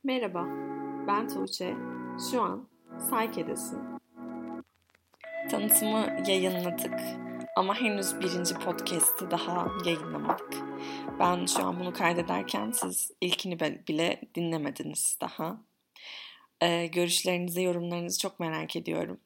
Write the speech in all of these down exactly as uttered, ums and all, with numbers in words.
Merhaba, ben Tuğçe. Şu an Sayke'desin. Tanıtımı yayınladık ama henüz birinci podcast'i daha yayınlamadık. Ben şu an bunu kaydederken siz ilkini bile dinlemediniz daha. Ee, görüşlerinizi, yorumlarınızı çok merak ediyorum.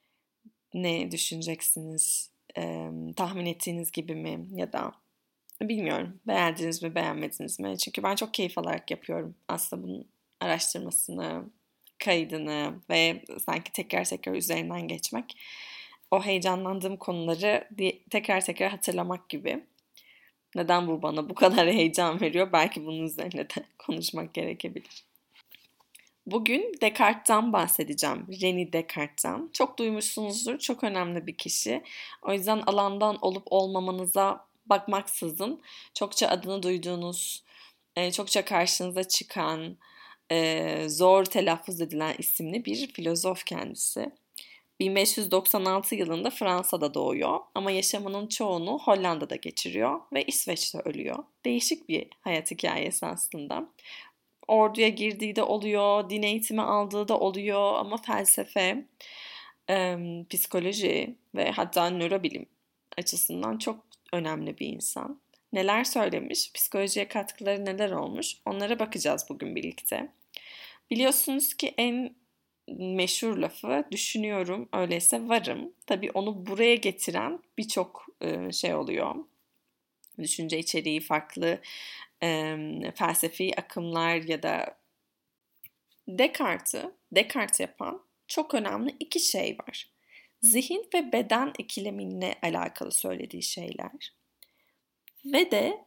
Ne düşüneceksiniz? Ee, tahmin ettiğiniz gibi mi ya da bilmiyorum. Beğendiniz mi, beğenmediniz mi? Çünkü ben çok keyif alarak yapıyorum aslında bunun araştırmasını, kaydını ve sanki tekrar tekrar üzerinden geçmek. O heyecanlandığım konuları tekrar tekrar hatırlamak gibi. Neden bu bana bu kadar heyecan veriyor? Belki bunun üzerine de konuşmak gerekebilir. Bugün Descartes'ten bahsedeceğim. René Descartes'ten. Çok duymuşsunuzdur. Çok önemli bir kişi. O yüzden alandan olup olmamanıza bakmaksızın çokça adını duyduğunuz, çokça karşınıza çıkan, zor telaffuz edilen isimli bir filozof kendisi. bin beş yüz doksan altı yılında Fransa'da doğuyor ama yaşamının çoğunu Hollanda'da geçiriyor ve İsveç'te ölüyor. Değişik bir hayat hikayesi aslında. Orduya girdiği de oluyor, din eğitimi aldığı da oluyor ama felsefe, e, psikoloji ve hatta nörobilim açısından çok önemli bir insan. Neler söylemiş, psikolojiye katkıları neler olmuş onlara bakacağız bugün birlikte. Biliyorsunuz ki en meşhur lafı düşünüyorum öyleyse varım. Tabii onu buraya getiren birçok e, şey oluyor. Düşünce içeriği farklı e, felsefi akımlar ya da Descartes'i Descartes yapan çok önemli iki şey var. Zihin ve beden ikilemiyle alakalı söylediği şeyler ve de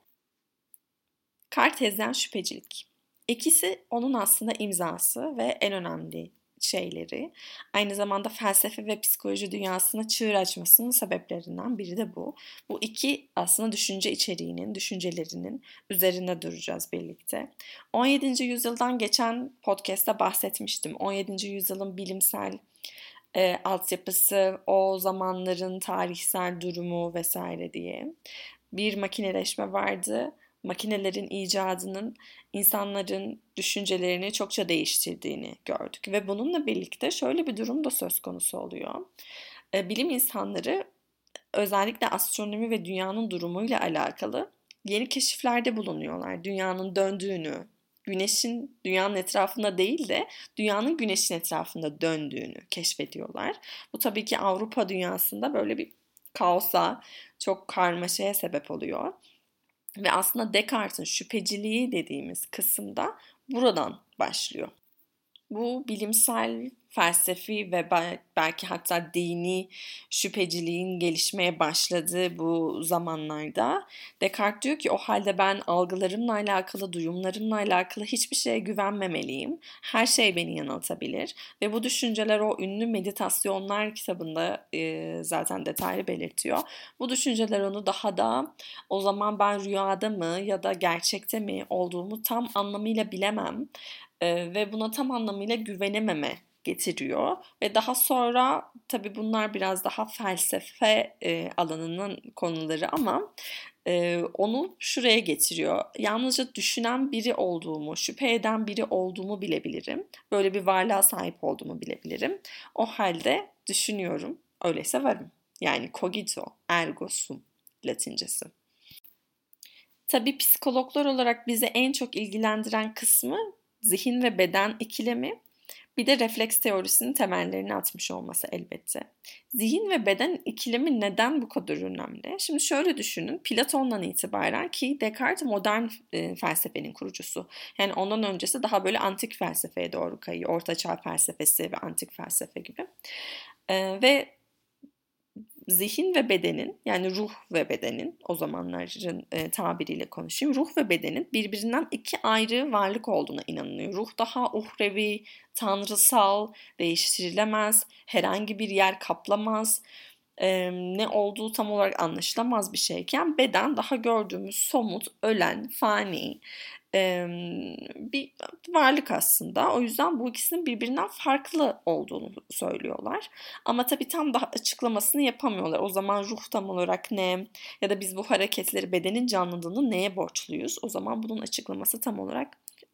Kartezyen şüphecilik. İkisi onun aslında imzası ve en önemli şeyleri. Aynı zamanda felsefe ve psikoloji dünyasına çığır açmasının sebeplerinden biri de bu. Bu iki aslında düşünce içeriğinin, düşüncelerinin üzerinde duracağız birlikte. on yedinci yüzyıldan geçen podcast'ta bahsetmiştim. on yedinci yüzyılın bilimsel e, altyapısı, o zamanların tarihsel durumu vesaire diye. Bir makineleşme vardı. Makinelerin icadının insanların düşüncelerini çokça değiştirdiğini gördük. Ve bununla birlikte şöyle bir durum da söz konusu oluyor. Bilim insanları özellikle astronomi ve dünyanın durumuyla alakalı yeni keşiflerde bulunuyorlar. Dünyanın döndüğünü, güneşin dünyanın etrafında değil de dünyanın güneşin etrafında döndüğünü keşfediyorlar. Bu tabii ki Avrupa dünyasında böyle bir kaosa, çok karmaşaya sebep oluyor. Ve aslında Descartes'in şüpheciliği dediğimiz kısımda buradan başlıyor. Bu bilimsel, felsefi ve belki hatta dini şüpheciliğin gelişmeye başladığı bu zamanlarda Descartes diyor ki o halde ben algılarımla alakalı, duyumlarımla alakalı hiçbir şeye güvenmemeliyim. Her şey beni yanıltabilir ve bu düşünceler o ünlü Meditasyonlar kitabında e, zaten detaylı belirtiyor. Bu düşünceler onu daha da o zaman ben rüyada mı ya da gerçekte mi olduğumu tam anlamıyla bilemem. Ee, ve buna tam anlamıyla güvenememe getiriyor. Ve daha sonra tabii bunlar biraz daha felsefe e, alanının konuları ama e, onu şuraya getiriyor. Yalnızca düşünen biri olduğumu, şüphe eden biri olduğumu bilebilirim. Böyle bir varlığa sahip olduğumu bilebilirim. O halde düşünüyorum, öyleyse varım. Yani cogito, ergo sum Latincesi. Tabii psikologlar olarak bizi en çok ilgilendiren kısmı zihin ve beden ikilemi, bir de refleks teorisinin temellerini atmış olması elbette. Zihin ve beden ikilemi neden bu kadar önemli? Şimdi şöyle düşünün, Platon'dan itibaren ki Descartes modern e, felsefenin kurucusu. Yani ondan öncesi daha böyle antik felsefeye doğru kayıyor. Ortaçağ felsefesi ve antik felsefe gibi. E, ve zihin ve bedenin, yani ruh ve bedenin, o zamanların e, tabiriyle konuşayım, ruh ve bedenin birbirinden iki ayrı varlık olduğuna inanılıyor. Ruh daha uhrevi, tanrısal, değiştirilemez, herhangi bir yer kaplamaz, e, ne olduğu tam olarak anlaşılamaz bir şeyken beden daha gördüğümüz somut, ölen, fani e, bir varlık aslında. O yüzden bu ikisinin birbirinden farklı olduğunu söylüyorlar. Ama tabii tam da açıklamasını yapamıyorlar. O zaman ruh tam olarak ne? Ya da biz bu hareketleri, bedenin canlılığını neye borçluyuz? O zaman bunun açıklaması tam olarak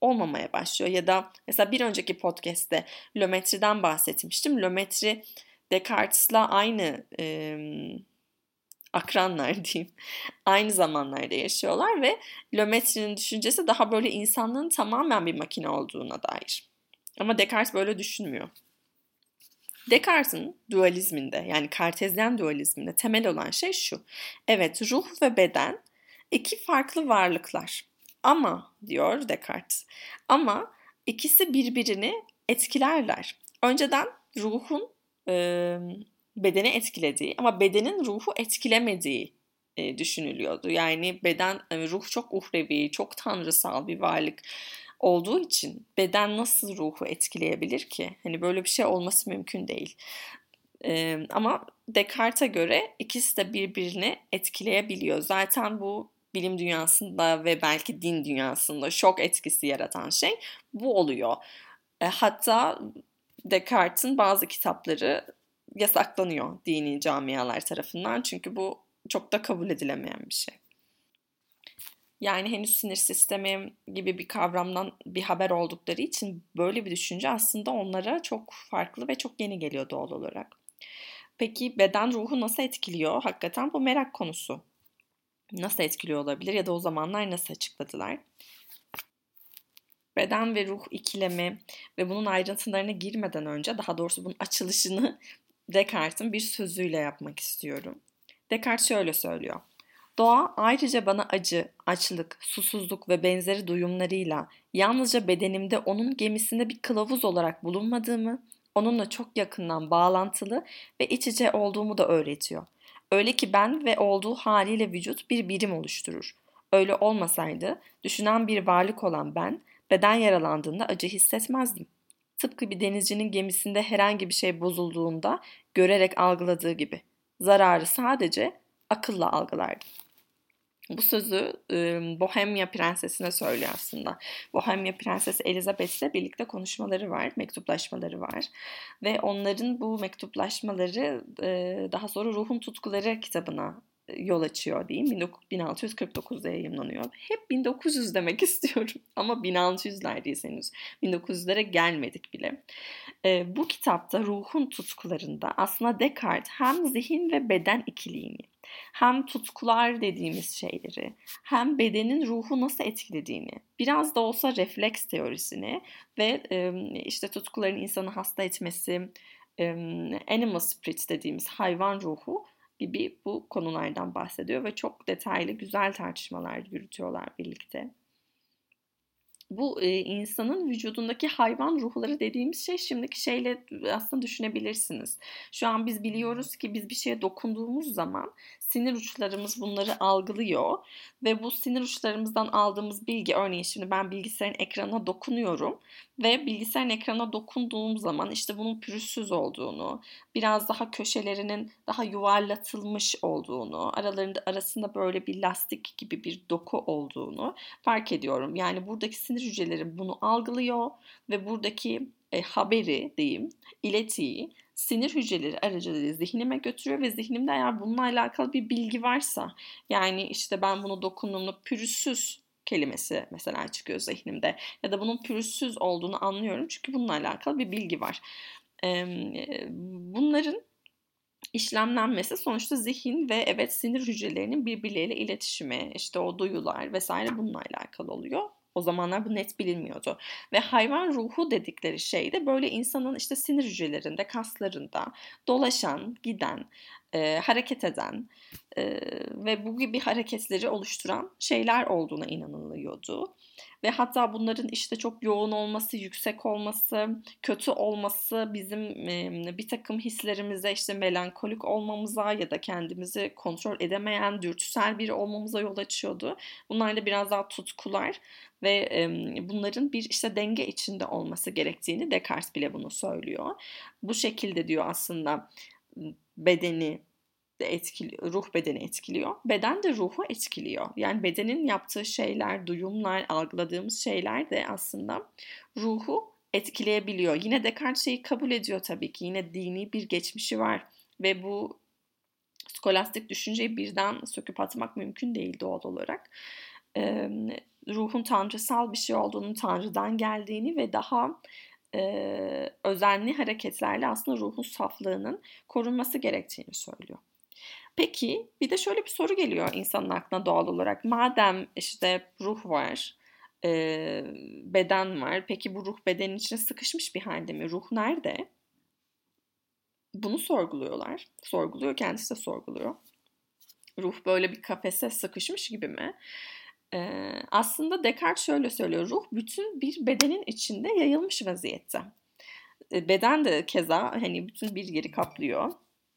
olmamaya başlıyor. Ya da mesela bir önceki podcast'te lömetriden bahsetmiştim. Lömetri Descartes'la aynı e, akranlar diyeyim. Aynı zamanlarda yaşıyorlar ve Lömetri'nin düşüncesi daha böyle insanlığın tamamen bir makine olduğuna dair. Ama Descartes böyle düşünmüyor. Descartes'in dualizminde, yani Kartezyen dualizminde temel olan şey şu. Evet, ruh ve beden iki farklı varlıklar. Ama diyor Descartes, ama ikisi birbirini etkilerler. Önceden ruhun e, bedeni etkilediği ama bedenin ruhu etkilemediği e, düşünülüyordu. Yani beden, e, ruh çok uhrevi, çok tanrısal bir varlık olduğu için beden nasıl ruhu etkileyebilir ki? Hani böyle bir şey olması mümkün değil. Ee, ama Descartes'e göre ikisi de birbirini etkileyebiliyor. Zaten bu bilim dünyasında ve belki din dünyasında şok etkisi yaratan şey bu oluyor. E, hatta Descartes'in bazı kitapları yasaklanıyor dini camialar tarafından. Çünkü bu çok da kabul edilemeyen bir şey. Yani henüz sinir sistemi gibi bir kavramdan bir haber oldukları için böyle bir düşünce aslında onlara çok farklı ve çok yeni geliyor doğal olarak. Peki beden ruhu nasıl etkiliyor? Hakikaten bu merak konusu. Nasıl etkiliyor olabilir ya da o zamanlar nasıl açıkladılar? Beden ve ruh ikilemi ve bunun ayrıntılarına girmeden önce, daha doğrusu bunun açılışını Descartes'in bir sözüyle yapmak istiyorum. Descartes şöyle söylüyor. Doğa ayrıca bana acı, açlık, susuzluk ve benzeri duyumlarıyla yalnızca bedenimde onun gemisinde bir kılavuz olarak bulunmadığımı, onunla çok yakından bağlantılı ve iç içe olduğumu da öğretiyor. Öyle ki ben ve olduğu haliyle vücut bir birim oluşturur. Öyle olmasaydı düşünen bir varlık olan ben, beden yaralandığında acı hissetmezdim. Tıpkı bir denizcinin gemisinde herhangi bir şey bozulduğunda görerek algıladığı gibi. Zararı sadece akılla algılardım. Bu sözü Bohemia Prensesi'ne söylüyor aslında. Bohemia Prensesi Elizabeth'le birlikte konuşmaları var, mektuplaşmaları var. Ve onların bu mektuplaşmaları daha sonra Ruhun Tutkuları kitabına yol açıyor diyeyim. bin altı yüz kırk dokuzda yayımlanıyor. Hep bin dokuz yüz demek istiyorum ama bin altı yüzlerdeyiz henüz. bin dokuz yüzlere gelmedik bile. Bu kitapta Ruhun Tutkularında aslında Descartes hem zihin ve beden ikiliğini, hem tutkular dediğimiz şeyleri, hem bedenin ruhu nasıl etkilediğini, biraz da olsa refleks teorisini ve işte tutkuların insanı hasta etmesi, animal spirit dediğimiz hayvan ruhu gibi bu konulardan bahsediyor ve çok detaylı, güzel tartışmalar yürütüyorlar birlikte. Bu e, insanın vücudundaki hayvan ruhları dediğimiz şey şimdiki şeyle aslında düşünebilirsiniz. Şu an biz biliyoruz ki biz bir şeye dokunduğumuz zaman sinir uçlarımız bunları algılıyor ve bu sinir uçlarımızdan aldığımız bilgi, örneğin şimdi ben bilgisayarın ekranına dokunuyorum ve bilgisayarın ekranına dokunduğum zaman işte bunun pürüzsüz olduğunu, biraz daha köşelerinin daha yuvarlatılmış olduğunu, aralarında arasında böyle bir lastik gibi bir doku olduğunu fark ediyorum. Yani buradaki sinir hücreleri bunu algılıyor ve buradaki e, haberi diyeyim, iletiyi sinir hücreleri aracılığıyla zihnime götürüyor ve zihnimde eğer bununla alakalı bir bilgi varsa, yani işte ben bunu dokunduğumda pürüzsüz kelimesi mesela çıkıyor zihnimde ya da bunun pürüzsüz olduğunu anlıyorum çünkü bununla alakalı bir bilgi var. Bunların işlemlenmesi sonuçta zihin ve evet sinir hücrelerinin birbirleriyle iletişimi, işte o duyular vesaire bununla alakalı oluyor. O zamanlar bu net bilinmiyordu. Ve hayvan ruhu dedikleri şey de böyle insanın işte sinir hücrelerinde, kaslarında dolaşan, giden, e, hareket eden e, ve bu gibi hareketleri oluşturan şeyler olduğuna inanılıyordu. Ve hatta bunların işte çok yoğun olması, yüksek olması, kötü olması bizim e, bir takım hislerimize, işte melankolik olmamıza ya da kendimizi kontrol edemeyen, dürtüsel biri olmamıza yol açıyordu. Bunlar da biraz daha tutkular ve e, bunların bir işte denge içinde olması gerektiğini Descartes bile bunu söylüyor. Bu şekilde diyor aslında bedeni de etkiliyor, ruh bedeni etkiliyor. Beden de ruhu etkiliyor. Yani bedenin yaptığı şeyler, duyumlar, algıladığımız şeyler de aslında ruhu etkileyebiliyor. Yine Descartes şeyi kabul ediyor tabii ki. Yine dini bir geçmişi var ve bu skolastik düşünceyi birden söküp atmak mümkün değil doğal olarak. Ee, ruhun tanrısal bir şey olduğunu, Tanrı'dan geldiğini ve daha e, özenli hareketlerle aslında ruhun saflığının korunması gerektiğini söylüyor. Peki bir de şöyle bir soru geliyor insanın aklına doğal olarak. Madem işte ruh var, e, beden var. Peki bu ruh bedenin içine sıkışmış bir halde mi? Ruh nerede? Bunu sorguluyorlar. Sorguluyor, kendisi de sorguluyor. Ruh böyle bir kafese sıkışmış gibi mi? Ee, aslında Descartes şöyle söylüyor. Ruh bütün bir bedenin içinde yayılmış vaziyette. E, beden de keza hani bütün bir yeri kaplıyor.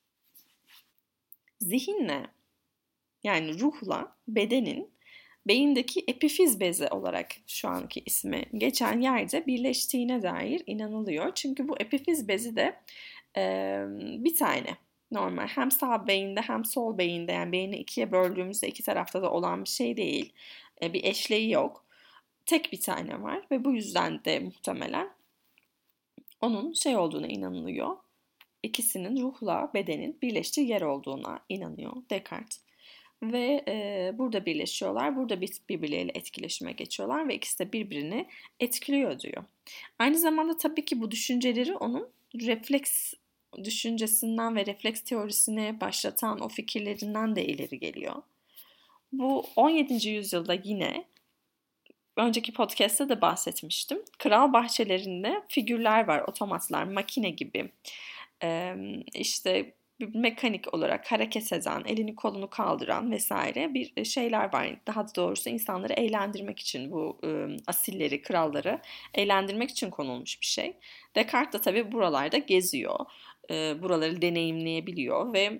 Zihinle yani ruhla bedenin beyindeki epifiz bezi olarak şu anki ismi geçen yerde birleştiğine dair inanılıyor. Çünkü bu epifiz bezi de e, bir tane normal hem sağ beyinde hem sol beyinde, yani beyni ikiye böldüğümüzde iki tarafta da olan bir şey değil. E, bir eşleği yok. Tek bir tane var ve bu yüzden de muhtemelen onun şey olduğuna inanılıyor. İkisinin ruhla bedenin birleştiği yer olduğuna inanıyor Descartes. Ve e, burada birleşiyorlar, burada bir, birbirleriyle etkileşime geçiyorlar ve ikisi de birbirini etkiliyor diyor. Aynı zamanda tabii ki bu düşünceleri onun refleks düşüncesinden ve refleks teorisini başlatan o fikirlerinden de ileri geliyor. Bu on yedinci yüzyılda yine önceki podcast'te de bahsetmiştim. Kral bahçelerinde figürler var, otomatlar, makine gibi. Ee, işte bir mekanik olarak hareket eden, elini kolunu kaldıran vesaire bir şeyler var. Daha doğrusu insanları eğlendirmek için, bu e, asilleri, kralları eğlendirmek için konulmuş bir şey. Descartes de tabii buralarda geziyor. E, buraları deneyimleyebiliyor ve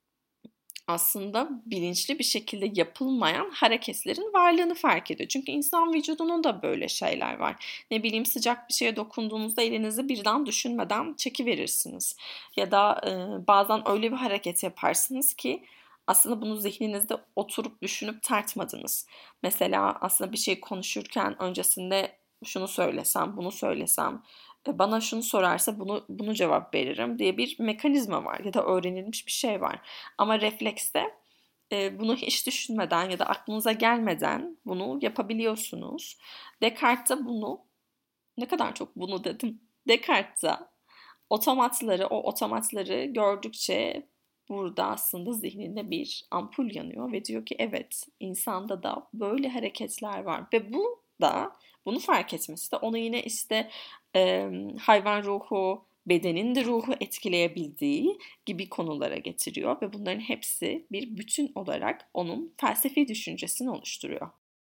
aslında bilinçli bir şekilde yapılmayan hareketlerin varlığını fark ediyor. Çünkü insan vücudunun da böyle şeyler var. Ne bileyim, sıcak bir şeye dokunduğunuzda elinizi birden düşünmeden çekiverirsiniz. Ya da e, bazen öyle bir hareket yaparsınız ki aslında bunu zihninizde oturup düşünüp tartmadınız. Mesela aslında bir şey konuşurken öncesinde şunu söylesem, bunu söylesem, bana şunu sorarsa bunu bunu cevap veririm diye bir mekanizma var ya da öğrenilmiş bir şey var. Ama reflekste e, bunu hiç düşünmeden ya da aklınıza gelmeden bunu yapabiliyorsunuz. Descartes de bunu, ne kadar çok bunu dedim. Descartes de otomatları, o otomatları gördükçe burada aslında zihninde bir ampul yanıyor ve diyor ki evet, insanda da böyle hareketler var ve bu da bunu fark etmesi de onu yine işte e, hayvan ruhu, bedenin de ruhu etkileyebildiği gibi konulara getiriyor ve bunların hepsi bir bütün olarak onun felsefi düşüncesini oluşturuyor.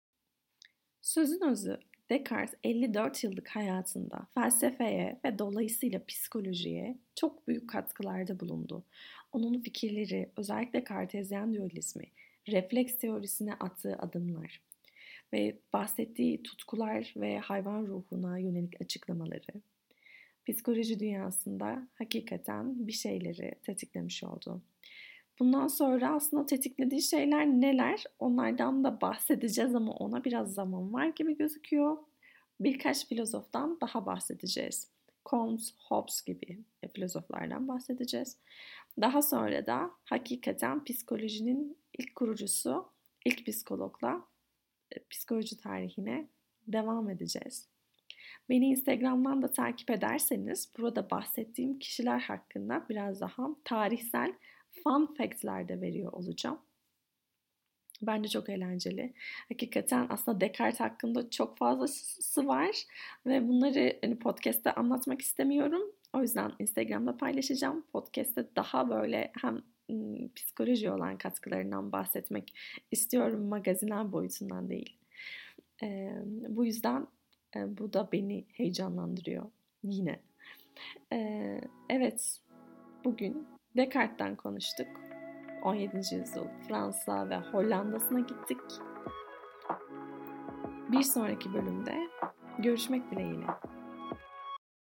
Sözün özü, Descartes elli dört yıllık hayatında felsefeye ve dolayısıyla psikolojiye çok büyük katkılarda bulundu. Onun fikirleri, özellikle Kartezyen dualizmi, refleks teorisine attığı adımlar ve bahsettiği tutkular ve hayvan ruhuna yönelik açıklamaları, psikoloji dünyasında hakikaten bir şeyleri tetiklemiş oldu. Bundan sonra aslında tetiklediği şeyler neler? Onlardan da bahsedeceğiz ama ona biraz zaman var gibi gözüküyor. Birkaç filozoftan daha bahsedeceğiz. Comte, Hobbes gibi filozoflardan bahsedeceğiz. Daha sonra da hakikaten psikolojinin ilk kurucusu, ilk psikologla psikoloji tarihine devam edeceğiz. Beni Instagram'dan da takip ederseniz burada bahsettiğim kişiler hakkında biraz daha tarihsel fun fact'ler de veriyor olacağım. Bence çok eğlenceli. Hakikaten aslında Descartes hakkında çok fazlası var ve bunları hani podcast'te anlatmak istemiyorum. O yüzden Instagram'da paylaşacağım. Podcast'te daha böyle hem ım, psikoloji olan katkılarından bahsetmek istiyorum, magazinel boyutundan değil. Ee, bu yüzden e, bu da beni heyecanlandırıyor yine. Ee, evet, bugün Descartes'ten konuştuk. on yedinci yüzyıl Fransa ve Hollanda'sına gittik. Bir sonraki bölümde görüşmek dileğiyle.